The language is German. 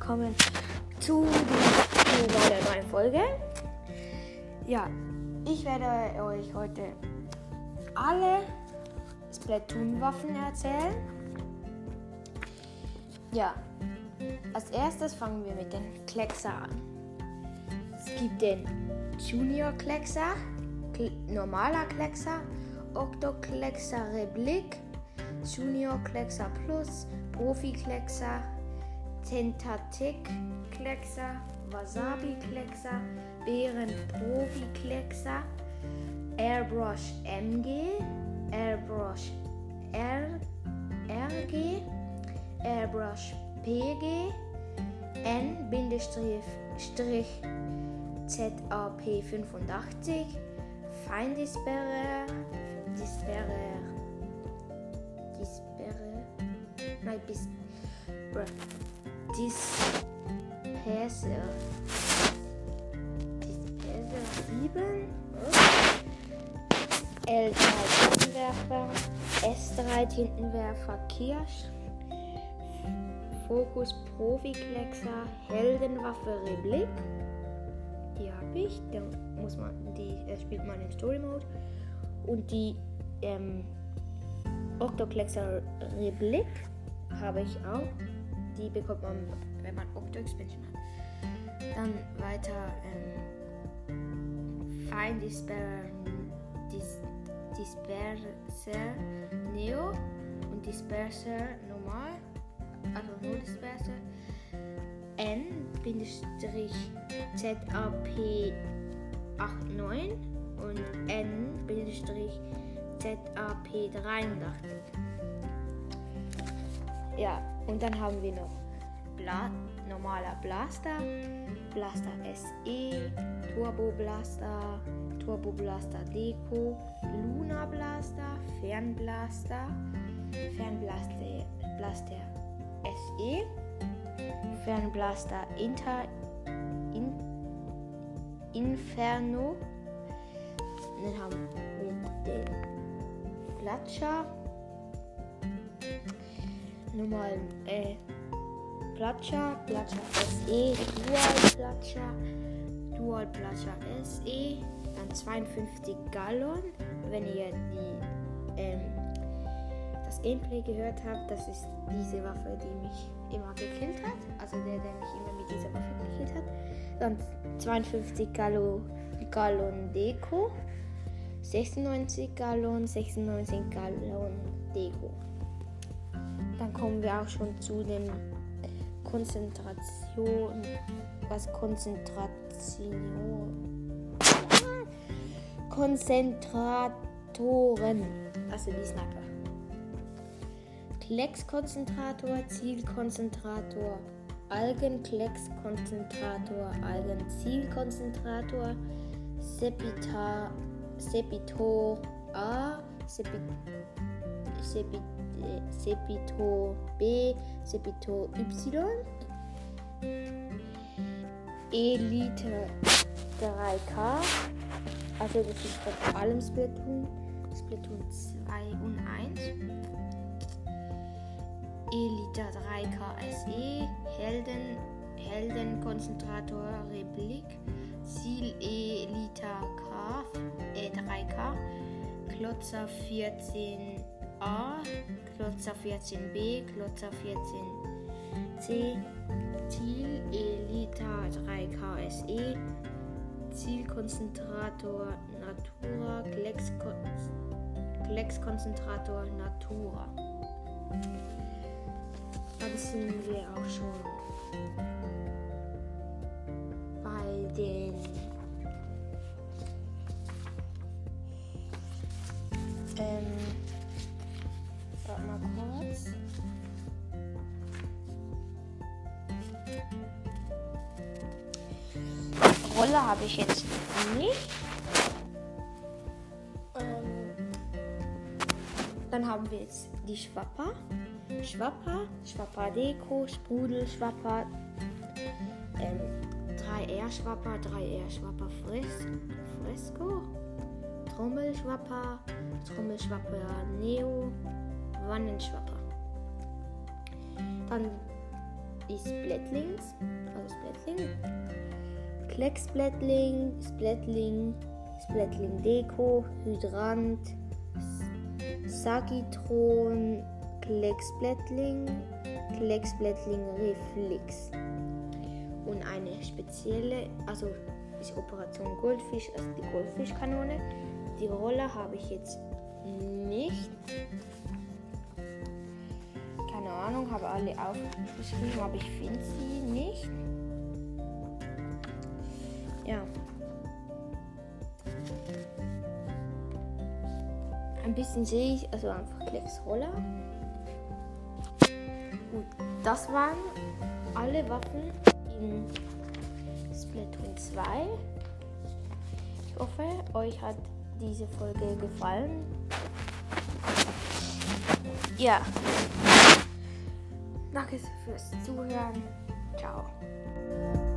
willkommen zu dieser neuen Folge. Ja, ich werde euch heute alle Splatoon-Waffen erzählen. Ja, als erstes fangen wir mit den Kleckser an. Es gibt den Junior Kleckser, normaler Kleckser, Octo-Kleckser Republik, Junior Kleckser Plus, Profi-Kleckser, Tentatik-Kleckser, Wasabi-Kleckser, Bären-Profi-Kleckser, Airbrush MG, Airbrush RG, Airbrush PG, N-ZAP85, Feindisperrer, Disperser 7, L3 Tintenwerfer, S3 Tintenwerfer Kirsch, Fokus Profi-Kleckser, Heldenwaffe Republik. Die habe ich, die spielt man im Story Mode. Und die Octo-Kleckser Republik habe ich auch. Die bekommt man, wenn man Octo-Expansion hat. Dann weiter Feindisperser Neo und Disperser normal, also nur Disperser. N-ZAP89 und N-ZAP83. Ja, und dann haben wir noch normaler Blaster, Blaster SE, Turbo Blaster, Turbo Blaster Deco, Luna Blaster, Fernblaster, Fernblaster SE, Fernblaster Inferno. Und dann haben wir den Platscher, normalen Platscher SE, Dual Platscher SE, dann 52 Gallon. Wenn ihr das Gameplay gehört habt, das ist diese Waffe, die mich immer gekillt hat. Also der mich immer mit dieser Waffe gekillt hat. Dann 52 Gallon Deco, 96 Gallon Deco. Dann kommen wir auch schon zu den Konzentratoren, also die Sniper. Kleckskonzentrator, Zielkonzentrator, Algenkleckskonzentrator, Algenzielkonzentrator, Sepito A, Sepito B, Sepito Y, Elite 3K, also das ist von allem Splatoon 2 und 1, Elite 3K SE, Heldenkonzentrator Republik, Ziel Elite 3K, Klotzer 14A, Klotzer 14B, Klotzer 14C, Ziel Elite 3K SE, Zielkonzentrator Natura, Kleckskonzentrator Natura. Dann sind wir auch schon bei den warte mal kurz. Rolle habe ich jetzt nicht. Dann haben wir jetzt die Schwapper Deco, Sprudel Schwapper, 3R Schwapper Fresco, Trommelschwapper Neo, Wannenschwapper. Dann ist Splattlings, also Splatling, Klecks Splatling, Splatling Deko, Hydrant, Sagitron, Klecks Splatling Reflex. Und eine spezielle, also ist Operation Goldfisch, also die Goldfischkanone. Die Roller habe ich jetzt nicht. Keine Ahnung, habe alle aufgeschrieben, aber ich finde sie nicht. Ja. Ein bisschen sehe ich, also einfach Klecks Roller. Und das waren alle Waffen in Splatoon 2. Ich hoffe, euch hat diese Folge gefallen. Ja. Danke fürs Zuhören. Ciao.